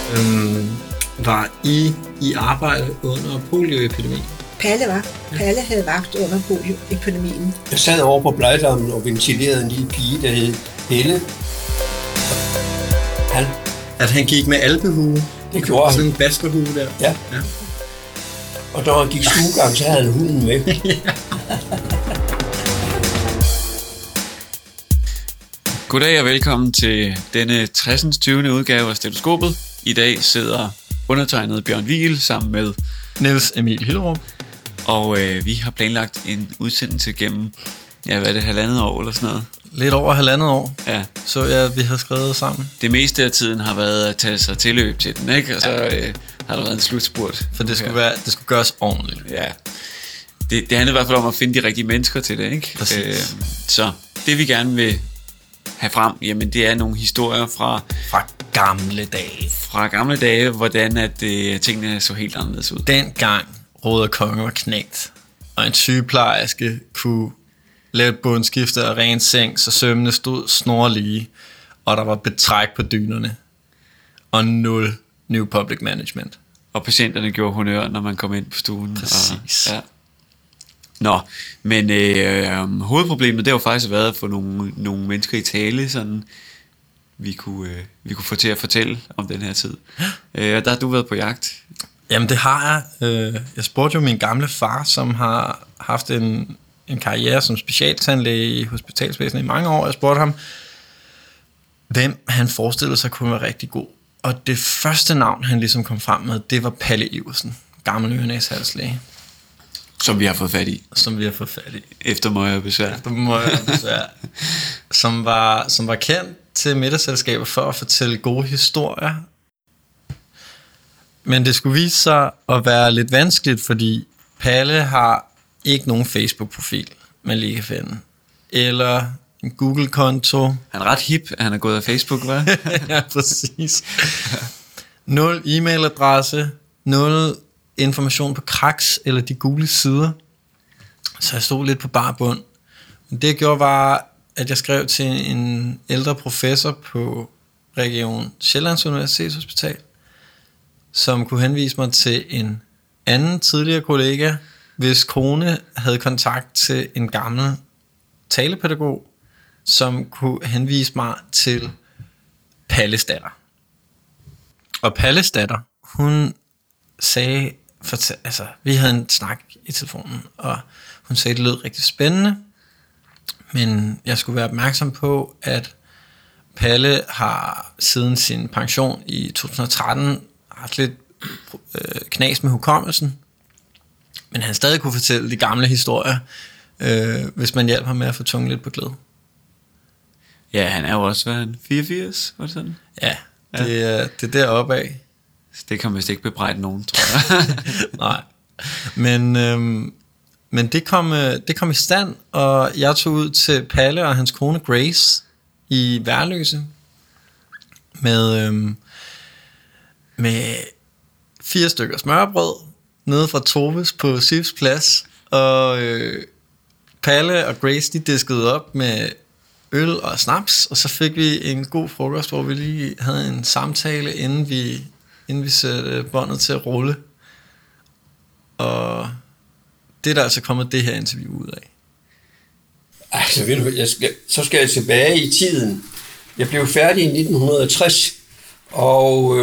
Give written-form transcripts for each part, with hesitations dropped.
Var I arbejde under polioepidemien? Palle havde vagt under polioepidemien. Jeg sad over på Blejdammen og ventilerede en lille pige, der hed Helle. Han gik med alpehue? Det gjorde han. Sådan en baskerhue der? Ja. Og når han gik stuegang, så havde han hunden med. Goddag og velkommen til denne 60. 20. udgave af Stetoskopet. I dag sidder undertegnet Bjørn Vigel sammen med Niels Emil Hilderup. Og vi har planlagt en udsendelse gennem, hvad er det, 1,5 år eller sådan noget? Lidt over 1,5 år, ja. Så jeg, vi har skrevet sammen. Det meste af tiden har været at tage sig tilløb til den, ikke? Og så har der været en slutspurt. For det skulle gøres ordentligt. Ja. Det handler i hvert fald om at finde de rigtige mennesker til det, ikke? Præcis. Så det vi gerne vil have frem, jamen det er nogle historier fra gamle dage, hvordan at tingene så helt anderledes ud. Dengang råd og konge var knægt, og en sygeplejerske kunne lave et bundskifte og ren seng, så sømmene stod snorlige, og der var betræk på dynerne, og 0 new public management. Og patienterne gjorde honør, når man kom ind på stuen. Præcis. Og, ja. Nå, men hovedproblemet, det har jo faktisk været at få nogle mennesker i tale, sådan vi kunne få til at fortælle om den her tid. Der har du været på jagt. Jamen det har jeg. Jeg spurgte jo min gamle far, som har haft en karriere som specialtandlæge i hospitalsvæsenet i mange år. Jeg spurgte ham, hvem han forestillede sig kunne være rigtig god. Og det første navn, han ligesom kom frem med, det var Palle Iversen, gammel øre-næse-hals-læge. Som vi har fået fat i. Efter møje og besvær. Som var kendt til middagsselskaber for at fortælle gode historier. Men det skulle vise sig at være lidt vanskeligt, fordi Palle har ikke nogen Facebook-profil, man lige kan finde. Eller en Google-konto. Han er ret hip, at han er gået af Facebook, hva'? Ja, præcis. 0 e-mailadresse, 0 information på Kraks eller de gule sider. Så jeg stod lidt på bar bund. Det jeg gjorde var, at jeg skrev til en ældre professor på Region Sjællands Universitetshospital, som kunne henvise mig til en anden tidligere kollega, hvis kone havde kontakt til en gammel talepædagog, som kunne henvise mig til Palles datter. Og Palles datter, hun sagde, vi havde en snak i telefonen, og hun sagde, det lød rigtig spændende, men jeg skulle være opmærksom på, at Palle har siden sin pension i 2013 haft lidt knas med hukommelsen, men han stadig kunne fortælle de gamle historier, hvis man hjælper ham med at få tungen lidt på glæde. Ja, han er jo også, hvad 84, var det sådan? Ja, det er deroppe af. Det kan man vist ikke bebrejde nogen, tror jeg. Nej, men det kom i stand, og jeg tog ud til Palle og hans kone Grace i Værløse med 4 stykker smørbrød nede fra Toves på Sifs Plads, og Palle og Grace, de diskede op med øl og snaps, og så fik vi en god frokost, hvor vi lige havde en samtale, inden vi satte båndet til at rulle. Og det er der altså kommet det her interview ud af. Altså, ved du, så skal jeg tilbage i tiden. Jeg blev færdig i 1960, og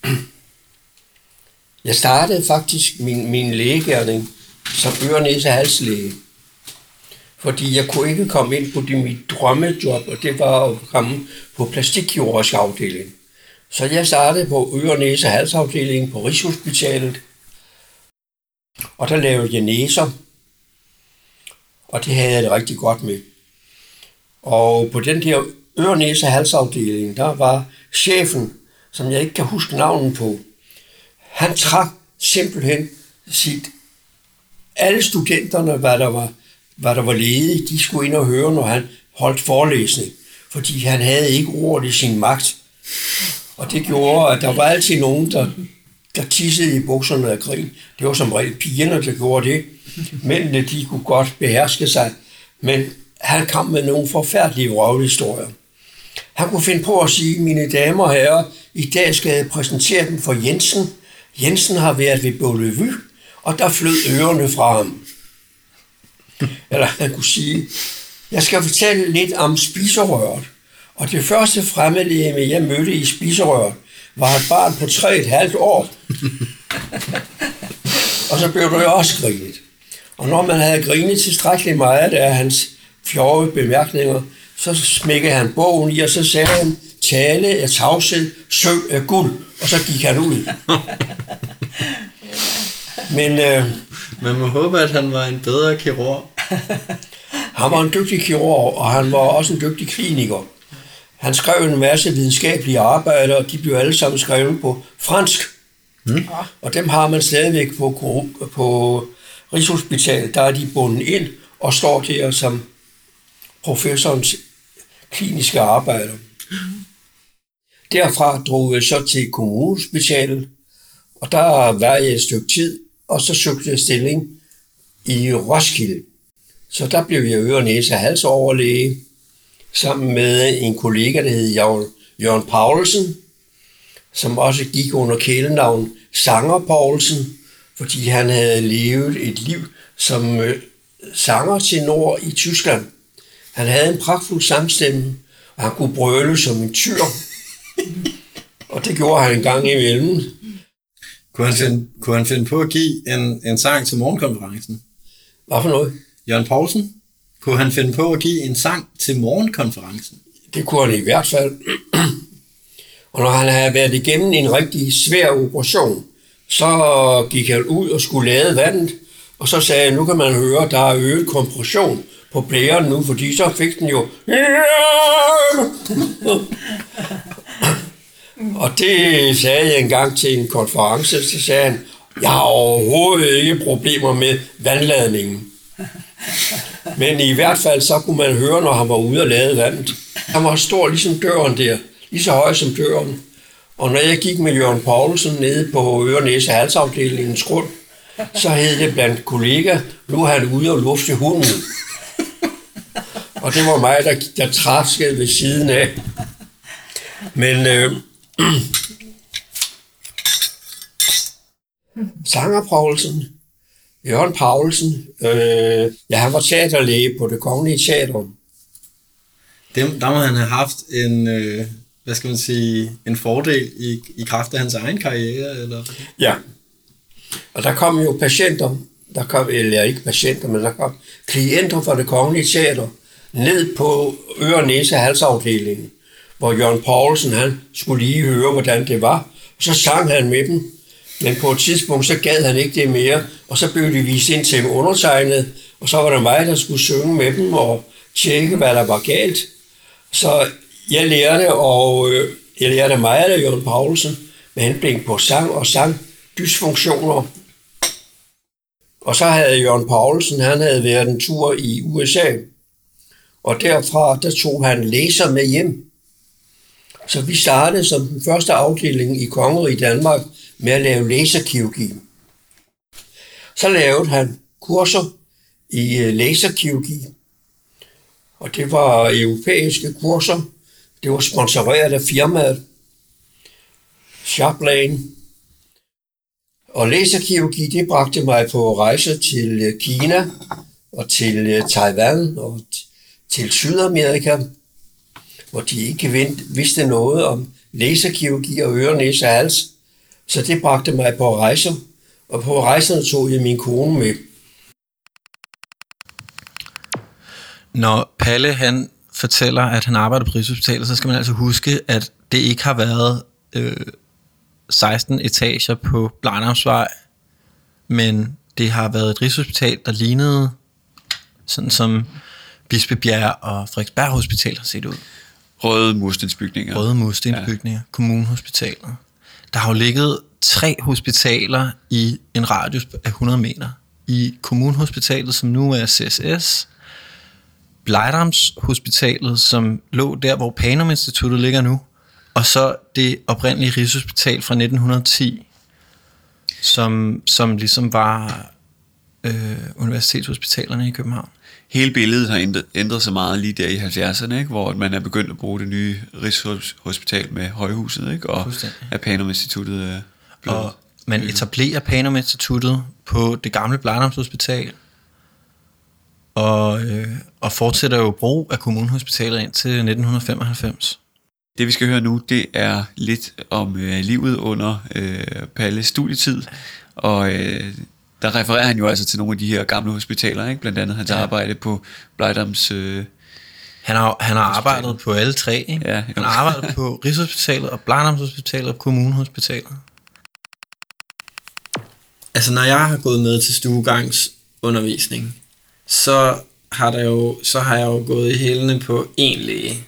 jeg startede faktisk min lægegerning som øre-næse-hals-læge. Fordi jeg kunne ikke komme ind på mit drømmejob, og det var at komme på plastikkirurgisk afdeling. Så jeg startede på øre-næse-hals-afdelingen på Rigshospitalet, og der lavede jeg næser, og det havde jeg det rigtig godt med. Og på den der øre-næse-hals-afdeling, der var chefen, som jeg ikke kan huske navnet på, han trak simpelthen alle studenterne, hvad der var ledige, de skulle ind og høre, når han holdt forelæsning, fordi han havde ikke ordet i sin magt. Og det gjorde, at der var altid nogen, der tissede i bukserne af grin. Det var som regel pigerne, der gjorde det. Mændene, de kunne godt beherske sig, men han kom med nogle forfærdelige vrøvlehistorier. Han kunne finde på at sige, mine damer og herrer, i dag skal jeg præsentere dem for Jensen. Jensen har været ved Bellevue, og der flød ørerne fra ham. Eller han kunne sige, jeg skal fortælle lidt om spiserøret. Og det første fremmedlegeme, jeg mødte i spiserøret, var et barn på 3,5 år. Og så blev det også grinet. Og når man havde grinet tilstrækkeligt meget af hans fjorte bemærkninger, så smækkede han bogen i, og så sagde han, tale er tavshed, søv er guld, og så gik han ud. Men man må håbe, at han var en bedre kirurg. Han var en dygtig kirurg, og han var også en dygtig kliniker. Han skrev en masse videnskabelige arbejder, og de blev alle sammen skrevet på fransk. Og dem har man stadigvæk på Rigshospitalet. Der er de bundet ind og står der som professorens kliniske arbejder. Derfra drog jeg så til Kommunehospitalet, og der var jeg et stykke tid, og så søgte jeg stilling i Roskilde. Så der blev jeg øre, næse og halsoverlæge, sammen med en kollega, der hed Jørgen Paulsen, som også gik under kælenavn Sanger Paulsen, fordi han havde levet et liv som sanger til nord i Tyskland. Han havde en pragtfuld samstemme, og han kunne brøle som en tyr. Og det gjorde han en gang imellem. Kunne han finde på at give en sang til morgenkonferencen? Hvad for noget? Jørgen Paulsen? Kunne han finde på at give en sang til morgenkonferencen? Det kunne han i hvert fald. Og når han havde været igennem en rigtig svær operation, så gik han ud og skulle lade vandet, og så sagde han, nu kan man høre, der er øget kompression på blæren nu, fordi så fik den jo... Og det sagde jeg engang til en konference, så sagde han, jeg har overhovedet ikke problemer med vandladningen. Men i hvert fald så kunne man høre, når han var ude og lade vandet. Han var stor ligesom døren der, lige så høj som døren. Og når jeg gik med Jørgen Paulsen nede på øre, næse og halsafdelingens grund, så hed det blandt kollegaer, nu er han ude og lufte hunden. Og det var mig, der træskede ved siden af. Men Sanger Paulsen, Jørgen Paulsen, han var teaterlæge på Det Kongelige Teater. Der må han have haft en fordel i kraft af hans egen karriere, eller? Ja, og der kom jo patienter, der kom klienter fra Det Kongelige Teater ned på øre, næse og halsafdelingen, hvor Jørgen Paulsen, han skulle lige høre, hvordan det var, og så sang han med dem. Men på et tidspunkt, så gad han ikke det mere, og så blev de vist ind til undertegnet, og så var der mig, der skulle synge med dem og tjekke, hvad der var galt. Så jeg lærte meget af Jørgen Paulsen med henblik på sang og dysfunktioner. Og så havde Jørgen Paulsen, han havde været en tur i USA, og derfra, der tog han læser med hjem. Så vi startede som den første afdeling i Kongeriget i Danmark med at lave laserkirurgi. Så lavede han kurser i laserkirurgi, og det var europæiske kurser. Det var sponsoreret af firmaet Chaplin. Og laserkirurgi, det bragte mig på rejser til Kina og til Taiwan og til Sydamerika, hvor de ikke vidste noget om laserkirurgi og øre, næse og hals. Så det bragte mig på rejser, og på rejserne tog jeg min kone med. Når Palle han fortæller, at han arbejder på Rigshospitalet, så skal man altså huske, at det ikke har været 16 etager på Blejnamsvej, men det har været et Rigshospital, der lignede sådan som Bispebjerg og Frederiksberg Hospital har set ud. Røde murstensbygninger. Ja. Kommunehospitalet. Der har jo ligget 3 hospitaler i en radius af 100 meter. I Kommunehospitalet, som nu er CSS, Blejramshospitalet, som lå der, hvor Panum Instituttet ligger nu, og så det oprindelige Rigshospital fra 1910, som ligesom var universitetshospitalerne i København. Hele billedet har ændret sig meget lige der i 70'erne, ikke? Hvor man er begyndt at bruge det nye Rigshospital med Højhuset, ikke? Og at Panum Instituttet og man etablerer Panum Instituttet på det gamle Blegdamshospital, og fortsætter jo brug af kommunehospitalet indtil 1995. Det vi skal høre nu, det er lidt om livet under Palles studietid, og der refererer han jo altså til nogle af de her gamle hospitaler, ikke? Blandt andet hans arbejde på Blegdams... Han har arbejdet på alle tre, ikke? Ja, han har arbejdet på Rigshospitalet og Blegdamshospitalet og Kommunehospitalet. Altså når jeg har gået med til stuegangsundervisning, så har jeg jo gået i hælene på en læge,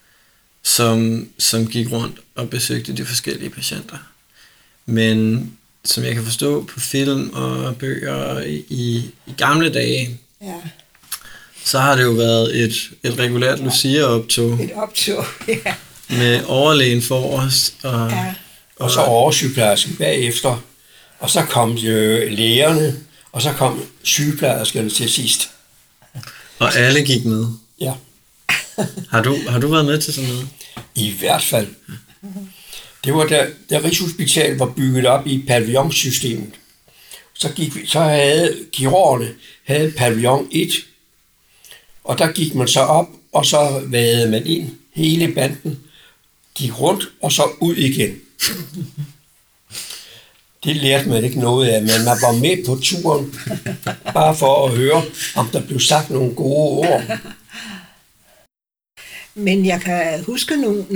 som gik rundt og besøgte de forskellige patienter. Men som jeg kan forstå på film og bøger i gamle dage, så har det jo været et regulært Lucia-optog. Et optog, ja. Med overlægen forrest. Og så oversygeplejersken bagefter. Og så kom lægerne, og så kom sygeplejerskerne til sidst. Og alle gik med. Ja. Har du været med til sådan noget? I hvert fald. Det var da Rigshospitalet var bygget op i pavillonsystemet. Så havde kirurgerne pavillon 1. Og der gik man så op, og så vadede man ind. Hele banden gik rundt, og så ud igen. Det lærte man ikke noget af, men man var med på turen, bare for at høre, om der blev sagt nogle gode ord. Men jeg kan huske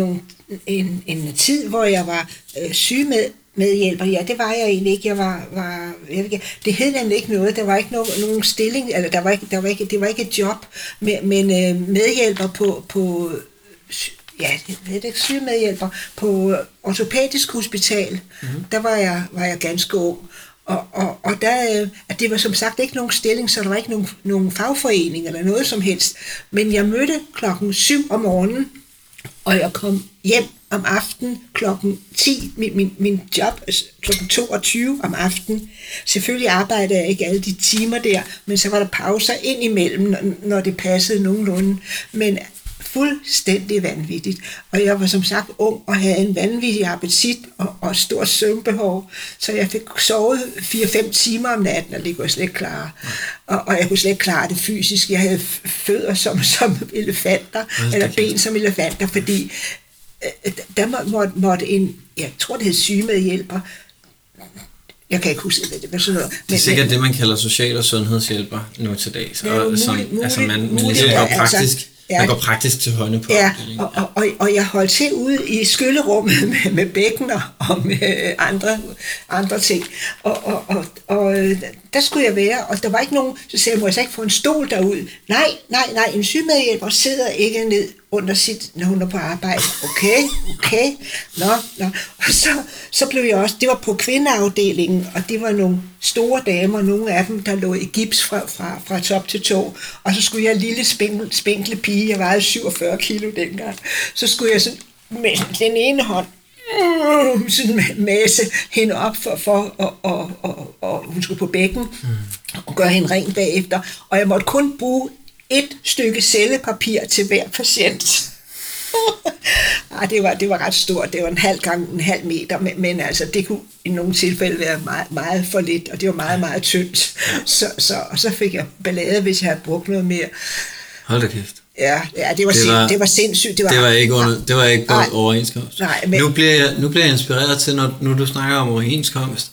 en tid, hvor jeg var syg medhjælper. Ja, det var jeg egentlig ikke. Jeg ved ikke, det hed nemlig ikke noget. Der var ikke nogen stilling, eller det var ikke et job, men medhjælper på ja, jeg ved ikke, sygemedhjælper på ortopædisk hospital. Der var jeg ganske ung. Og der, at det var som sagt ikke nogen stilling, så der var ikke nogen fagforening eller noget som helst. Men jeg mødte 7:00 om morgenen, og jeg kom hjem om aftenen 10. Min job 22 om aftenen. Selvfølgelig arbejdede jeg ikke alle de timer der, men så var der pauser ind imellem, når det passede nogenlunde. Men fuldstændig vanvittigt. Og jeg var som sagt ung og havde en vanvittig appetit og stor søvnbehov, så jeg fik sovet 4-5 timer om natten, og det kunne jeg slet ikke klare. Og jeg kunne slet ikke klare det fysisk. Jeg havde fødder som elefanter, eller ben som elefanter, fordi der måtte jeg tror det hed sygemedhjælper, jeg kan ikke huske, hvad det var sådan noget. Det er sikkert det, man kalder social- og sundhedshjælper nu til dags. Man ligesom går praktisk. Man går praktisk til hånden på. Ja, og jeg holdt til ude i skyllerummet med bækkener og med andre ting. Og der skulle jeg være, og der var ikke nogen, så sagde jeg, må jeg så ikke få en stol derud? Nej, en sygemedhjælper sidder ikke ned under sit, når hun er på arbejde. Okay. Nå. Og så blev jeg også, det var på kvindeafdelingen, og det var nogle store damer, nogle af dem, der lå i gips fra top til tå, og så skulle jeg lille spinkle pige, jeg vejede 47 kilo dengang, så skulle jeg sådan med den ene hånd sådan masse hende op og hun skulle på bækken og gøre hende ren bagefter, og jeg måtte kun bruge et stykke cellepapir til hver patient. Det var ret stort. Det var 1,5 meter, men altså, det kunne i nogle tilfælde være meget, meget for lidt, og det var meget, meget tyndt. Så fik jeg ballade, hvis jeg havde brugt noget mere. Hold da kæft. Ja, det var sindssygt. Det var ikke på overenskomst. Nej, men nu bliver jeg inspireret til, når nu du snakker om overenskomst.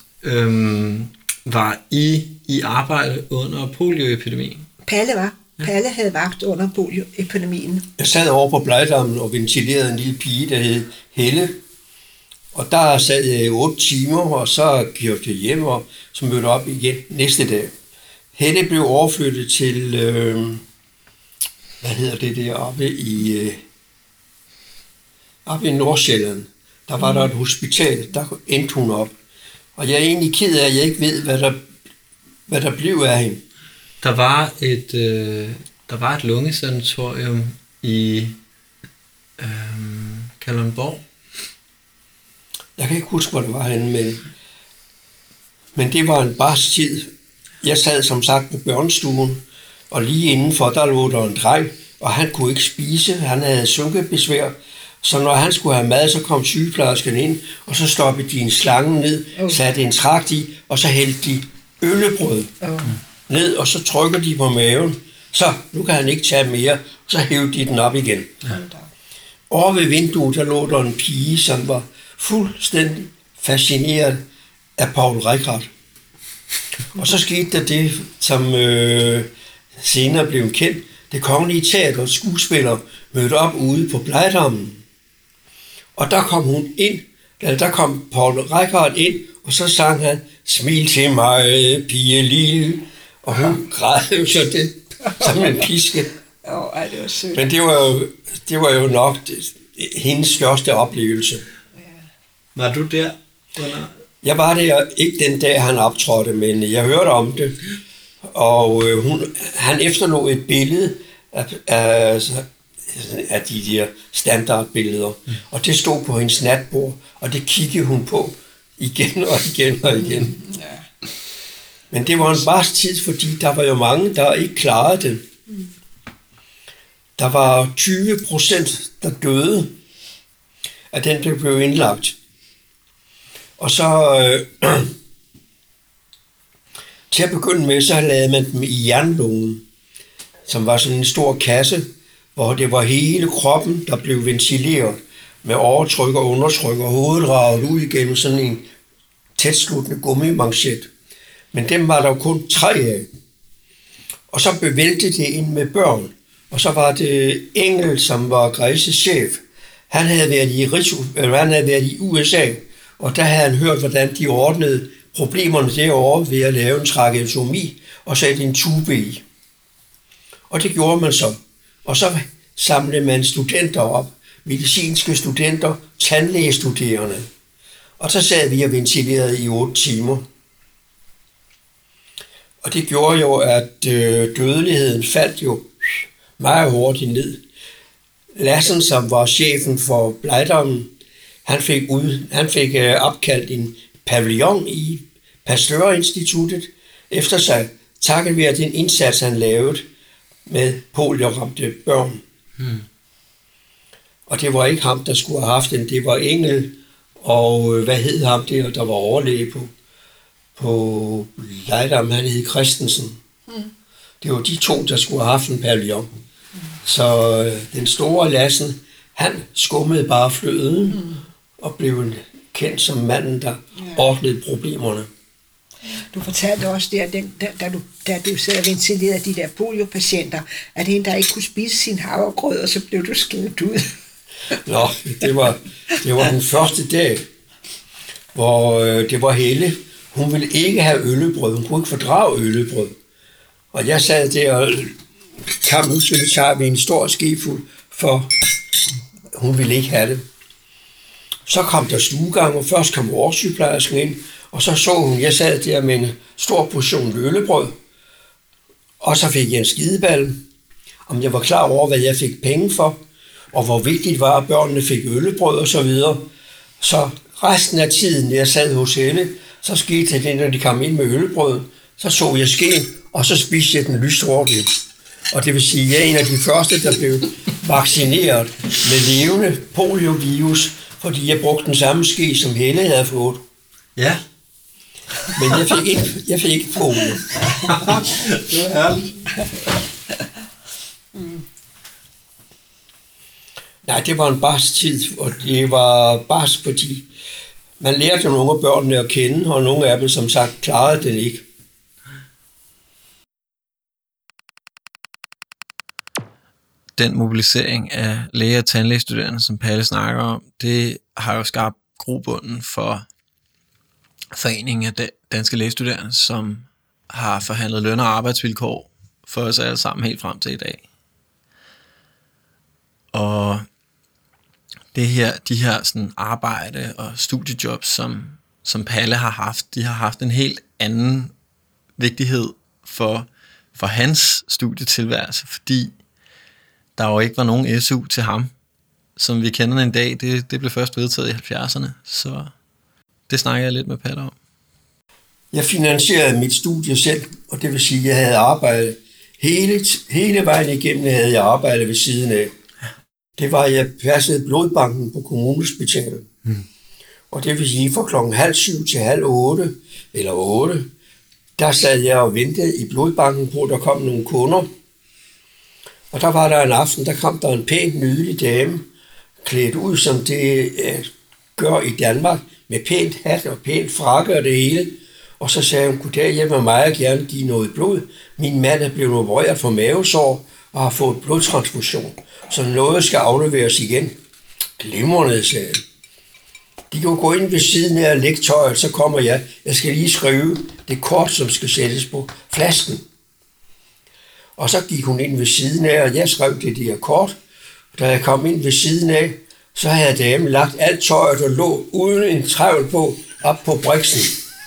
Var I arbejde under polioepidemien? Palle havde vagt under polioepidemien. Jeg sad over på Blegdammen og ventilerede en lille pige, der hed Helle. Og der sad jeg 8 timer, og så kørte jeg hjem, og så mødte op igen næste dag. Helle blev overflyttet til, hvad hedder det der, oppe i Nordsjælland. Der var der et hospital, der endte hun op. Og jeg er egentlig ked af, at jeg ikke ved, hvad der blev af hende. Der var et lungesanatorium i Kalundborg. Jeg kan ikke huske, hvor det var henne, men det var en barsk tid. jeg sad som sagt på børnestuen, og lige indenfor, der lå der en dreng, og han kunne ikke spise, han havde synkebesvær. Så når han skulle have mad, så kom sygeplejersken ind, og så stoppede de en slange ned, satte en tragt i, og så hældte de øllebrød ned, og så trykker de på maven. Så nu kan han ikke tage mere, så hævde de den op igen. Ja. Over ved vinduet, der lå der en pige, som var fuldstændig fascineret af Paul Reichhardt. Og så skete der det, som senere blev kendt. Det Kongelige Teater skuespiller mødte op ude på Blejdammen. Og der kom hun ind, eller der kom Paul Reichhardt ind, og så sang han, smil til mig, pige lille. Og hun græd jo så det som en piske. Ej, det var sødt. Men det var jo nok hendes største oplevelse. Var du der? Jeg var der ikke den dag, han optrådte, men jeg hørte om det. Og han efterlod et billede af de der standardbilleder. Og det stod på hendes natbord, og det kiggede hun på igen og igen og igen. Men det var en barsk tid, fordi der var jo mange, der ikke klarede det. Der var 20%, der døde af den, der blev indlagt. Og så til at begynde med, så lavede man dem i jernlungen, som var sådan en stor kasse, hvor det var hele kroppen, der blev ventileret med overtryk og undertryk, og hovedet raget ud igennem sådan en tætsluttende gummimanchet. Men dem var der kun 3 af. Og så bevæltede det ind med børn. Og så var det Engel, som var Græses chef. Han havde været i USA, og der havde han hørt, hvordan de ordnede problemerne derovre ved at lave en trakeotomi og sætte en tube i. Og det gjorde man så. Og så samlede man studenter op, medicinske studenter, tandlægestuderende. Og så sad vi og ventilerede i 8 timer. Og det gjorde jo, at dødeligheden faldt jo meget hurtigt ned. Lassen, som var chefen for Blejdammen, han fik opkaldt en pavillon i Pasteur-instituttet efter sig, takket være den indsats, han lavede med polioramte børn. Og det var ikke ham, der skulle have haft den, det var Engel, og hvad hed ham der var overlæge på Blejdammen, han hed Christensen. Det var de 2, der skulle have haft en pavillon. Så den store Lassen, han skummede bare fløden og blev kendt som manden, der ordnede problemerne. Du fortalte også der, da du sad og ventilerede de der poliopatienter, at en, der ikke kunne spise sin havregrød, og så blev du skilt ud. Nå, det var den første dag, hvor det var Helle. Hun ville ikke have øllebrød. Hun kunne ikke fordrage øllebrød. Og jeg sad der og nu tager vi en stor skefuld, for hun ville ikke have det. Så kom der stuegang, og først kom årssygeplejersken ind, og så hun, jeg sad der med en stor portion øllebrød, og så fik jeg en skideball, om jeg var klar over, hvad jeg fik penge for, og hvor vigtigt det var, at børnene fik øllebrød og så videre. Så resten af tiden, jeg sad hos Helle, så skete det, når de kom ind med øllebrød, så jeg skeen, og så spiste jeg den lystrøde. Og det vil sige, at jeg er en af de første, der blev vaccineret med levende poliovirus, fordi jeg brugte den samme ske, som Helle havde fået. Ja. Men jeg fik ikke polio. Det var herligt. Nej, det var en barsk tid, og det var barsk, fordi man lærte jo nogle af børnene at kende, og nogle af dem, som sagt, klarede den ikke. Den mobilisering af læge- og tandlægestuderende, som Palle snakker om, det har jo skabt grobunden for foreningen af danske lægestuderende, som har forhandlet løn- og arbejdsvilkår for os alle sammen helt frem til i dag. Og de her sådan arbejde og studiejobs, som Palle har haft, de har haft en helt anden vigtighed for hans studietilværelse, fordi der jo ikke var nogen SU til ham, som vi kender den i dag. Det blev først vedtaget i 70'erne, så det snakker jeg lidt med Palle om. Jeg finansierede mit studie selv, og det vil sige, at jeg havde arbejdet hele vejen igennem, havde jeg arbejdet ved siden af. Det var, at jeg passede blodbanken på kommunehospitalet. Og det vil sige, fra 7:30 til 7:30 eller 8, der sad jeg og ventede i blodbanken på, at der kom nogle kunder. Og der var der en aften, der kom der en pæn, nydelig dame, klædt ud, som det gør i Danmark, med pænt hat og pænt frakke og det hele. Og så sagde hun, goddag, jeg vil meget gerne give noget blod. Min mand er blevet opereret for mavesår og har fået blodtransfusion, så noget skal afleveres igen. Glimrende, sagde han. De kan gå ind ved siden af lektøjet, så kommer jeg. Jeg skal lige skrive det kort, som skal sættes på flasken. Og så gik hun ind ved siden af, og jeg skrev det der kort. Da jeg kom ind ved siden af, så havde damen lagt alt tøjet, der lå uden en trævel på, op på briksen.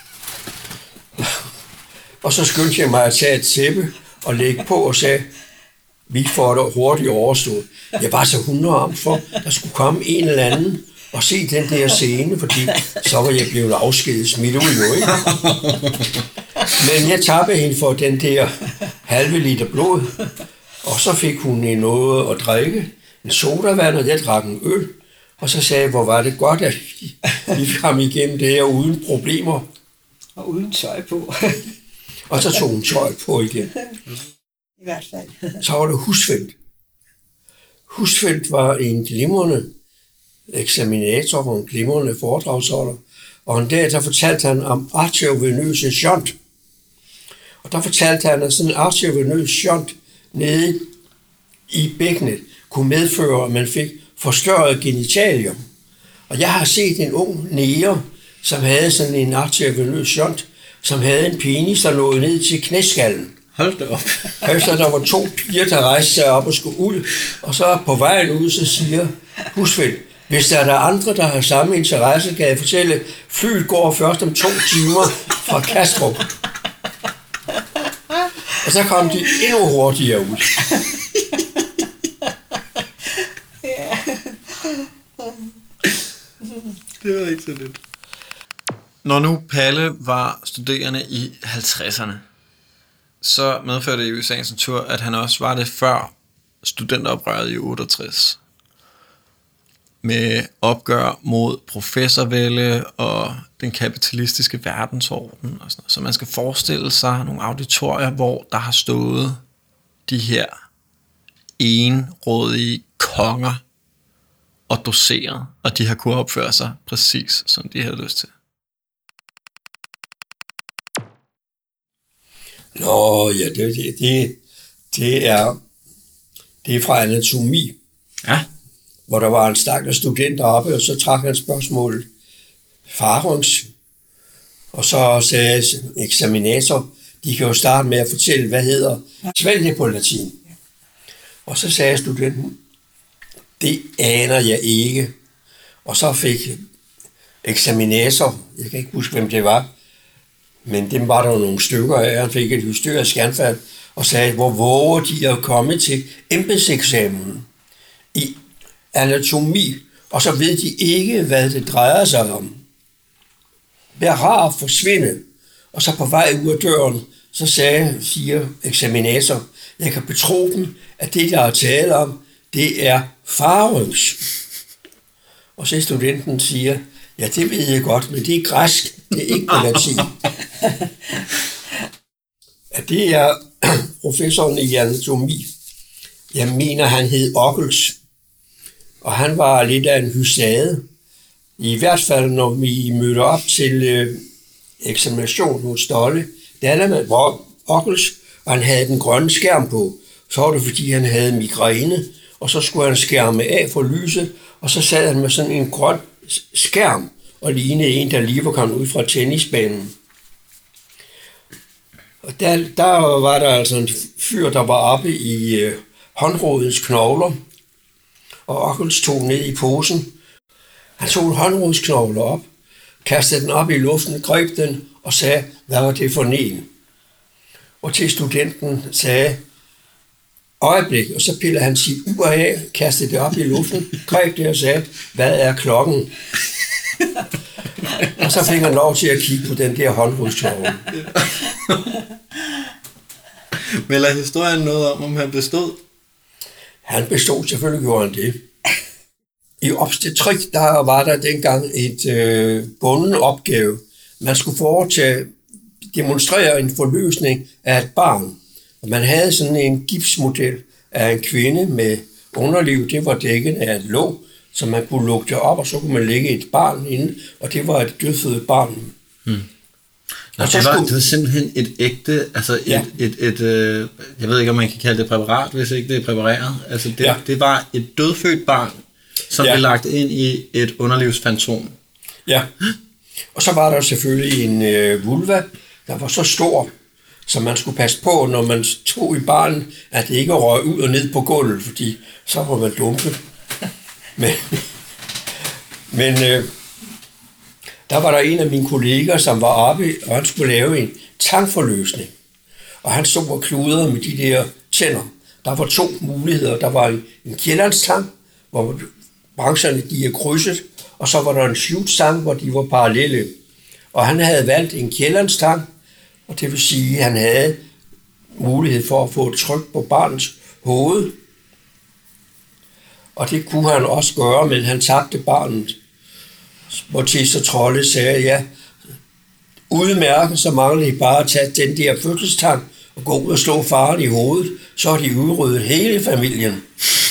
Og så skyndte jeg mig at tage et tæppe og lægge på og sagde, vi får det hurtigt overstået. Jeg var så 100 om for, der skulle komme en eller anden og se den der scene, fordi så var jeg blevet afskedet smidt ud jo, ikke? Men jeg tappede hende for den der halve liter blod, og så fik hun noget at drikke, en sodavand, og jeg drak en øl, og så sagde jeg, hvor var det godt, at vi kom igennem det her uden problemer. Og uden tøj på. Og så tog hun tøj på igen. I hvert fald. Så var det Husfeldt. Husfeldt var en glimrende eksaminator og en glimrende foredragsholder. Og en dag, der fortalte han om arteriovenøse shunt. Og der fortalte han, at sådan en arteriovenøs shunt nede i bækkenet kunne medføre, at man fik forstørret genitalier. Og jeg har set en ung næger, som havde sådan en arteriovenøs shunt, som havde en penis, der lå ned til knæskallen. Hold da op. Efter der var 2 piger, der rejste sig op og skulle ud, og så på vejen ud, så siger Husfeldt, hvis der er andre, der har samme interesse, kan jeg fortælle, flyet går først om 2 timer fra Kastrup. Og så kom de endnu hurtigere ud. Det var ikke så lidt. Når nu Palle var studerende i 50'erne, så medførte det i sagens natur, at han også var det før studenteroprøret i 68. Med opgør mod professorvælde og den kapitalistiske verdensorden og sådan noget. Så man skal forestille sig nogle auditorier, hvor der har stået de her enrådige konger og doceret, og de har kunnet opføre sig præcis, som de havde lyst til. Nå, ja, det er fra anatomi. Ja. Hvor der var en stakkels student deroppe, og så trak han spørgsmålet Farungs. Og så sagde eksaminator, de kan jo starte med at fortælle, hvad hedder svælg det på latin. Og så sagde studenten, det aner jeg ikke. Og så fik eksaminator, jeg kan ikke huske, hvem det var, men dem var der jo nogle stykker af, han fik et hysterisk anfald, og sagde, hvor våger de at komme til embedseksamen i anatomi, og så ved de ikke, hvad det drejer sig om. Vær rar at forsvinde. Og så på vej ud af døren, så siger eksaminator, jeg kan betro dem, at det, der er tale om, det er Farungs. Og så studenten siger, ja, det ved jeg godt, men det er græsk, det er ikke på latin. At det er professoren i anatomi. Jeg mener, han hed Ockels. Og han var lidt af en hysade. I hvert fald, når vi mødte op til eksamination hos Stolle, der var Ockels, og han havde den grønne skærm på. Så var det, fordi han havde migræne, og så skulle han skærme af for lyset, og så sad han med sådan en grøn skærm, og lignede en, der lige var kommet ud fra tennisbanen. Og der var der altså en fyr, der var oppe i håndrodets knogler, og Ockels tog ned i posen. Han tog håndrodsknogler op, kastede den op i luften, greb den og sagde, hvad var det for en? Og til studenten sagde, øjeblik, og så pillede han sit ur af, kastede det op i luften, greb det og sagde, hvad er klokken? Og så fik han lov til at kigge på den der håndrustårne. Melder historien noget om han bestod? Han bestod, selvfølgelig gjorde han det. I obstetrik, der var der dengang et bunden opgave. Man skulle demonstrere en forløsning af et barn. Og man havde sådan en gipsmodel af en kvinde med underliv. Det var dækket af et låg, så man kunne lukke det op, og så kunne man lægge et barn inde, og det var et dødfødt barn. Nå, det var simpelthen et ægte, altså jeg ved ikke, om man kan kalde det præparat, hvis ikke det er præpareret. Altså det var et dødfødt barn, som blev lagt ind i et underlivsfantom. Ja, og så var der selvfølgelig en vulva, der var så stor, så man skulle passe på, når man tog i barnet, at det ikke røg ud og ned på gulvet, fordi så var man dumpet. Men der var der en af mine kolleger, som var oppe, og han skulle lave en tangforløsning. Og han stod og kludrede med de der tænder. Der var 2 muligheder. Der var en kjellandstang, hvor brancherne de er krydset, og så var der en shootstang, hvor de var parallelle. Og han havde valgt en kjellandstang, og det vil sige, at han havde mulighed for at få et tryk på barnets hoved. Og det kunne han også gøre, men han tabte barnet. Hvor Tisse Trolle sagde, ja, udmærket, så mangler I bare at tage den der fødselstang og gå ud og slå faren i hovedet, så har de udryddet hele familien.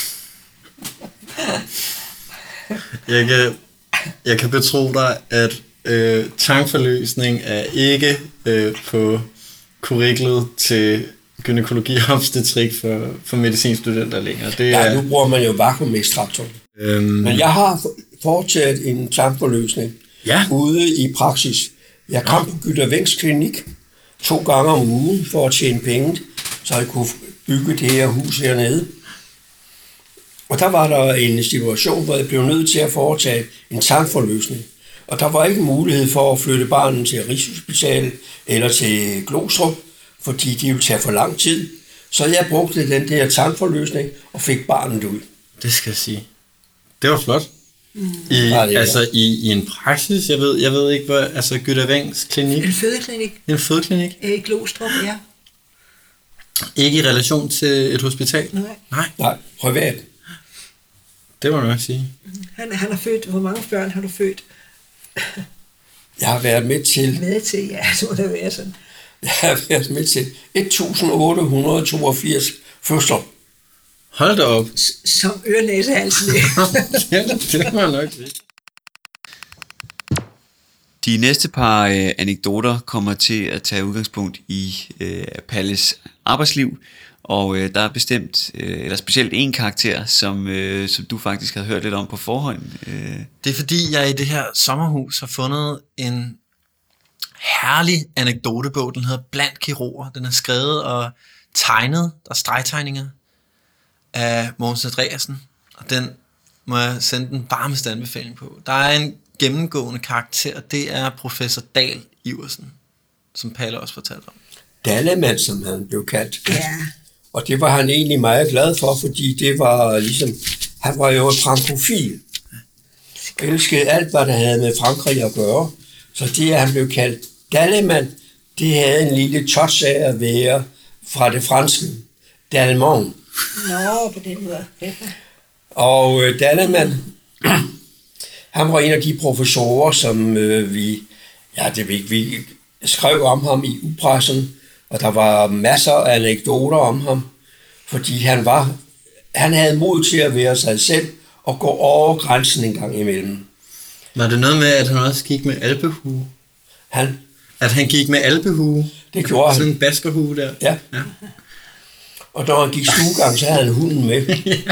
Jeg kan betro dig, at tangforløsning er ikke på curriclet til gynækologi og obstetrik for medicinstudenter længere. Nu bruger man jo vakuumekstraktor. Men jeg har foretaget en tangforløsning ude i praksis. Jeg kom på Gytter Wengs klinik 2 gange om ugen for at tjene penge, så jeg kunne bygge det her hus hernede. Og der var der en situation, hvor jeg blev nødt til at foretage en tangforløsning. Og der var ikke mulighed for at flytte barnet til Rigshospitalet eller til Glostrup, fordi det ville tage for lang tid. Så jeg brugte den der tangforløsning og fik barnet ud. Det skal jeg sige. Det var flot. I en praksis, jeg ved ikke, hvad, altså Gytter Wengs klinik. En fødeklinik. En fødeklinik? I Glostrup, ja. Ikke i relation til et hospital? Nej, privat. Det må man nok sige. Han har født, hvor mange børn har du født? Jeg har været med til... Så må det være sådan. Jeg har været med til 1882 fødsler. Hold da op. Som øre-næse-halsen. Det må jeg nok sige. De næste par anekdoter kommer til at tage udgangspunkt i Palles arbejdsliv, og der er bestemt, eller specielt en karakter, som du faktisk havde hørt lidt om på forhånd. Det er fordi, jeg i det her sommerhus har fundet en herlig anekdotebog. Den hedder Blandt kirurger. Den er skrevet og tegnet, der er stregtegninger af Mogens Andreasen, og den må jeg sende den varmeste anbefaling på. Der er en gennemgående karakter, det er professor Dahl Iversen, som Palle også fortalte om. Dallemann, som han blev kaldt. Ja. Og det var han egentlig meget glad for, fordi det var ligesom, han var jo frankofil. Elskede alt, hvad der havde med Frankrig at gøre. Så det, at han blev kaldt Dallemann, det havde en lille touch af at være fra det franske. Dallemont. Nå, på den måde. Og Dallemann, han var en af de professorer, som vi skrev om ham i upressen, og der var masser af anekdoter om ham, fordi han havde mod til at være sig selv og gå over grænsen en gang imellem. Var det noget med, at han også gik med alpehue? At han gik med alpehue? Det gjorde han. Sådan en baskerhue der? Ja. Og når han gik stuegang, så havde han hunden med.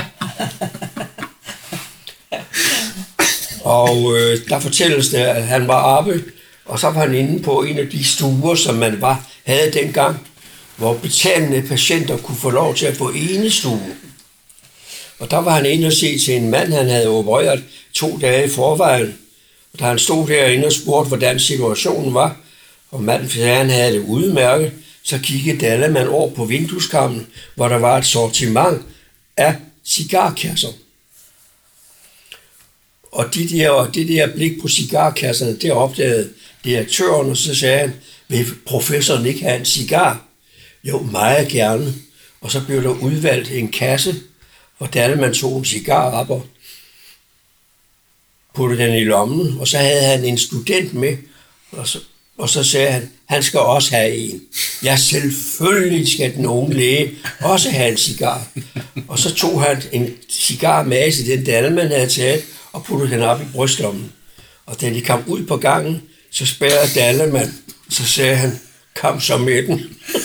Og der fortælles det, at han var oppe, og så var han inde på en af de stuer, som man havde dengang, hvor betalende patienter kunne få lov til at få enestue. Og der var han inde og se til en mand, han havde opereret 2 dage i forvejen. Og da han stod derinde og spurgte, hvordan situationen var, og manden sagde, at han havde det udmærket, så kiggede Dallemann over på vindueskarmen, hvor der var et sortiment af cigarkasser. Og det der blik på cigarkasserne, det opdagede direktøren, og så sagde han, vil professoren ikke have en cigar? Jo, meget gerne. Og så blev der udvalgt en kasse, hvor Dallemann tog en cigar op og puttede den i lommen, og så havde han en student med, og så sagde han skal også have en. Ja, selvfølgelig skal den unge læge også have en cigar. Og så tog han en cigar med til den Dallemann havde taget, og puttede den op i brystlommen. Og da de kom ud på gangen, så spærrede Dallemann, så sagde han, kom så med den.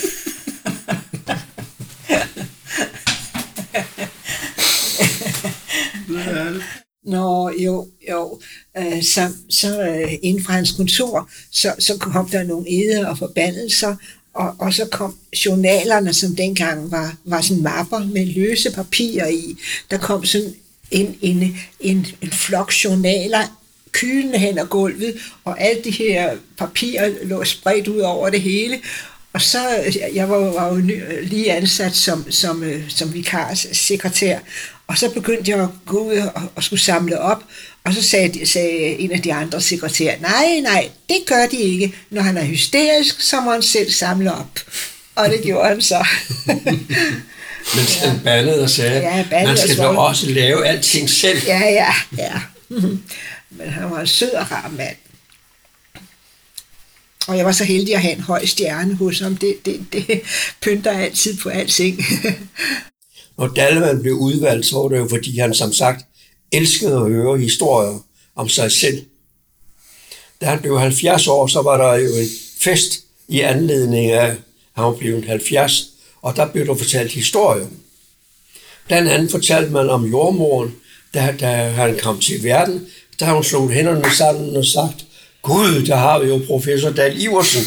Nå, jo. Så inden fra hans kontor, så kom der nogle eder og forbandelser, og så kom journalerne, som dengang var sådan mapper med løse papirer i. Der kom sådan en flok journaler kylende hen ad gulvet, og alle de her papirer lå spredt ud over det hele. Og så, jeg var jo lige ansat som vikarsekretær, og så begyndte jeg at gå ud og skulle samle op, og så sagde en af de andre sekretærer, nej, det gør de ikke. Når han er hysterisk, så må han selv samle op. Og det gjorde han så. Men han bandede og sagde, man skal da også lave alting selv. Ja. Men han var en sød og rar mand. Og jeg var så heldig at have en høj stjerne hos ham. Det pynter altid på alting. Når Dallemann blev udvalgt, så var det jo, fordi han som sagt elskede at høre historier om sig selv. Da han blev 70 år, så var der jo en fest i anledning af, at han var blevet 70, og der blev der fortalt historier. Blandt andet fortalte man om jordmoren, da han kom til verden, der har hun slået hænderne sammen og sagt, Gud, der har vi jo professor Dahl Iversen.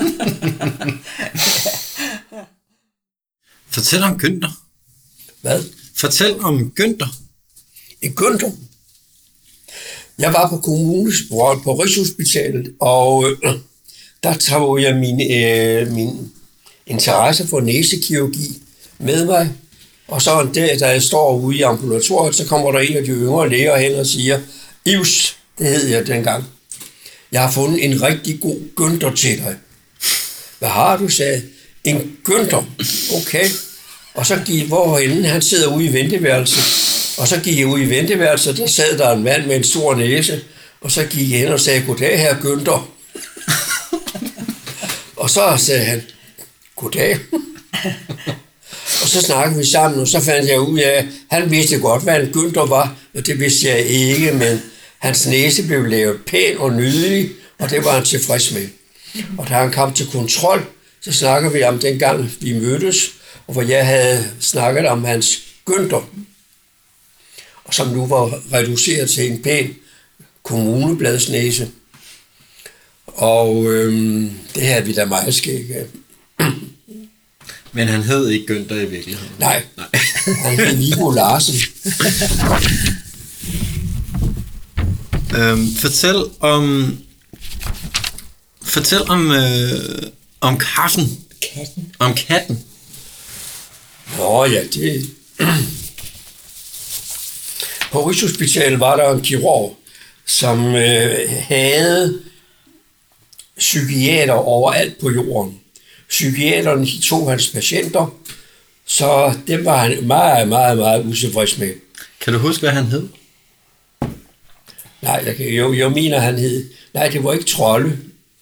Fortæl om Günther. Hvad? Fortæl om Günther. Günther? Jeg var på kommunesporet på Rigshospitalet, og der tog jeg min interesse for næsekirurgi med mig. Og så en dag, da jeg står ude i ambulatoriet, så kommer der en af de yngre læger hen og siger, Ivs, det hed jeg dengang, jeg har fundet en rigtig god Günther til dig. Hvad har du, sagde? En Günther. Okay. Og så gik hvorhenne, han sidder ude i venteværelset. Og så gik jeg ud i venteværelset, der sad der en mand med en stor næse. Og så gik jeg hen og sagde, goddag her Günther. Og så sagde han, goddag. Og så snakkede vi sammen, og så fandt jeg ud af, at han vidste godt, hvad en Günther var, og det vidste jeg ikke, men hans næse blev lavet pæn og nydelig, og det var han tilfreds med. Og da han kom til kontrol, så snakkede vi om dengang, vi mødtes, og hvor jeg havde snakket om hans Günther, og som nu var reduceret til en pæn kommunebladsnæse. Og det havde vi da meget skæg af. Men han hed ikke Günther i virkeligheden. Nej. Han hed Viggo Larsen. Fortæl om kaffen. Katten. Om katten. Nå ja, det... På Rigshospitalet var der en kirurg, som havde psykiater overalt på jorden. Psykiaterne tog hans patienter, så det var han meget, meget, meget utilfreds med. Kan du huske, hvad han hed? Nej, jeg mener, han hed... Nej, det var ikke Trolle.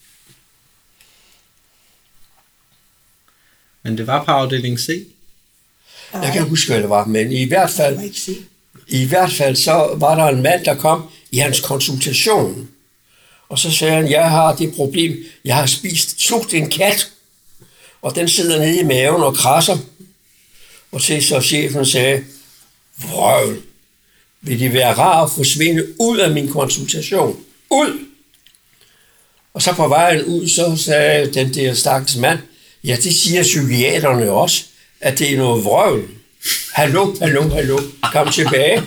Men det var på afdeling C. Jeg kan huske, hvad det var, men i hvert fald så var der en mand, der kom i hans konsultation. Og så sagde han, jeg har det problem, jeg har slugt en kat, og den sidder nede i maven og krasser. Og til så chefen sagde, vrøvl, vil det være rart at forsvinde ud af min konsultation? Ud! Og så på vejen ud, så sagde den der stakkels mand, ja, det siger psykiaterne også, at det er noget vrøvl. Hallo, kom tilbage.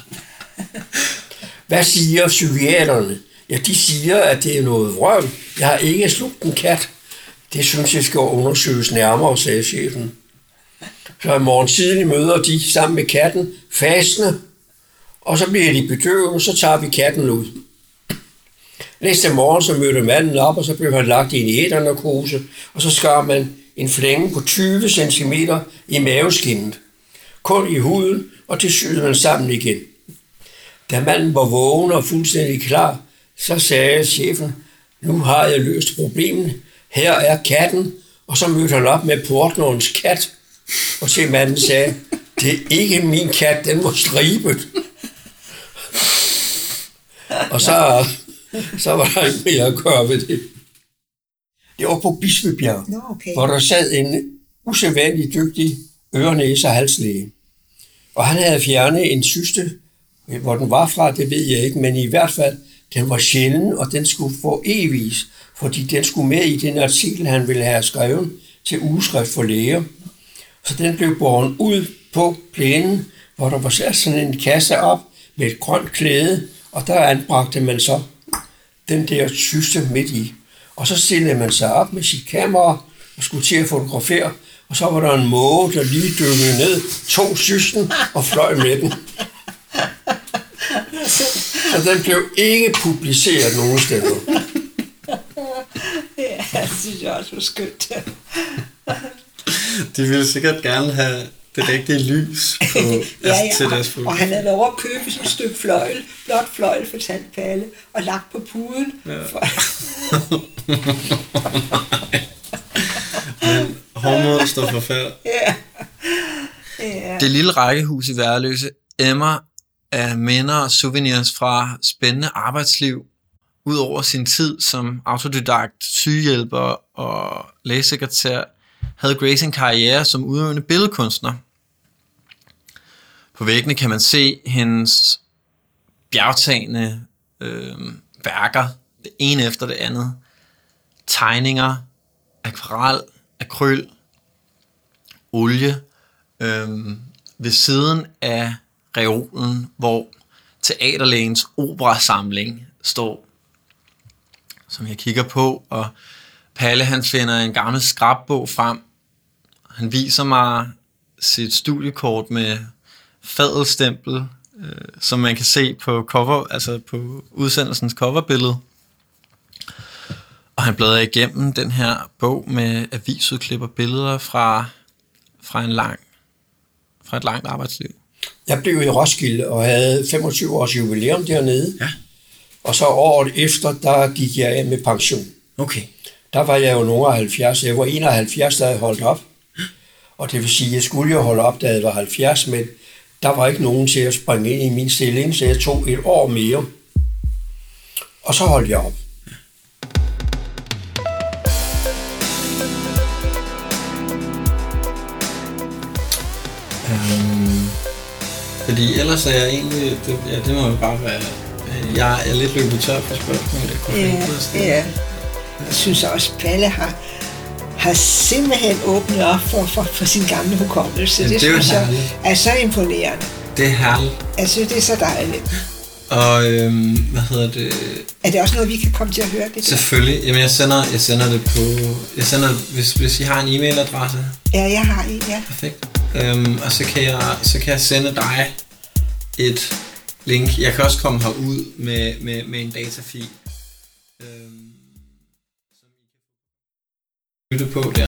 Hvad siger psykiaterne? Ja, de siger, at det er noget vrøvl. Jeg har ikke slugt en kat. Det synes jeg skal undersøges nærmere, sagde chefen. Så i morgen tidlig møder de sammen med katten fastende, Og så bliver de bedøvet, og så tager vi katten ud. Næste morgen så mødte manden op, og så blev han lagt i en æternarkose, og så skar man en flænge på 20 cm i maveskindet. Kun i huden, og det syede man sammen igen. Da manden var vågen og fuldstændig klar, så sagde chefen, nu har jeg løst problemet. Her er katten, og så mødte han op med portnerens kat. Og til manden sagde, det er ikke min kat, den var stribet. Og så var der ikke mere at gøre ved det. Det var på Bispebjerg, hvor der sad en usædvanlig dygtig øre-næse- og halslæge. Og han havde fjernet en cyste. Hvor den var fra, det ved jeg ikke, men i hvert fald, den var sjælden, og den skulle få evigt, fordi den skulle med i den artikel, han ville have skrevet til ugeskrift for læger. Så den blev båret ud på plænen, hvor der var sat sådan en kasse op med et grønt klæde, og der anbragte man så den der cyste midt i. Og så stillede man sig op med sit kamera og skulle til at fotografere, og så var der en måge, der lige dykkede ned, tog cysten og fløj med den. Så den blev ikke publiceret nogen steder. Ja, jeg synes jeg også var skønt. De ville sikkert gerne have det rigtige lys på, til deres foto. Og han havde været over at købe sådan et stykke fløjl, blot fløjl for Palle, og lagt på puden. Ja. Men hårdmåden står for færd. Ja. Ja. Det lille rækkehus i Værløse emmer af minder og souvenirs fra spændende arbejdsliv. Udover sin tid som autodidakt, sygehjælper og lægesekretær, havde Grace en karriere som udøvende billedkunstner. På væggene kan man se hendes bjergtagende værker, det ene efter det andet. Tegninger, akvarel, akryl, olie, ved siden af reolen, hvor Teaterlægens operasamling står, som jeg kigger på, og Palle han finder en gammel skrabbog frem. Han viser mig sit studiekort med fadelstempel, som man kan se på cover, altså på udsendelsens coverbillede. Og han bladrer igennem den her bog med avisudklip og billeder fra et langt arbejdsliv. Jeg blev i Roskilde og havde 25 års jubilæum dernede. Ja. Og så året efter, der gik jeg af med pension. Okay. Der var jeg jo nogen af 70. Jeg var 71, da jeg holdt op. Og det vil sige, at jeg skulle jo holde op, da jeg var 70, men der var ikke nogen til at springe ind i min stilling, så jeg tog et år mere. Og så holdt jeg op. Fordi ellers er jeg egentlig, det må jo bare være, jeg er lidt løbet tør for spørgsmål. Ja. Jeg synes også, Palle har simpelthen åbnet op for sin gamle hukommelse. Det synes jeg er så imponerende. Det er herligt. Jeg synes, det er så dejligt. Og hvad hedder det? Er det også noget, vi kan komme til at høre det? Selvfølgelig. Jamen, jeg sender det på, hvis I har en e-mailadresse. Ja, jeg har en, ja. Perfekt. Og så kan jeg sende dig et link. Jeg kan også komme herud med en datafil. Som I kan lytte på der.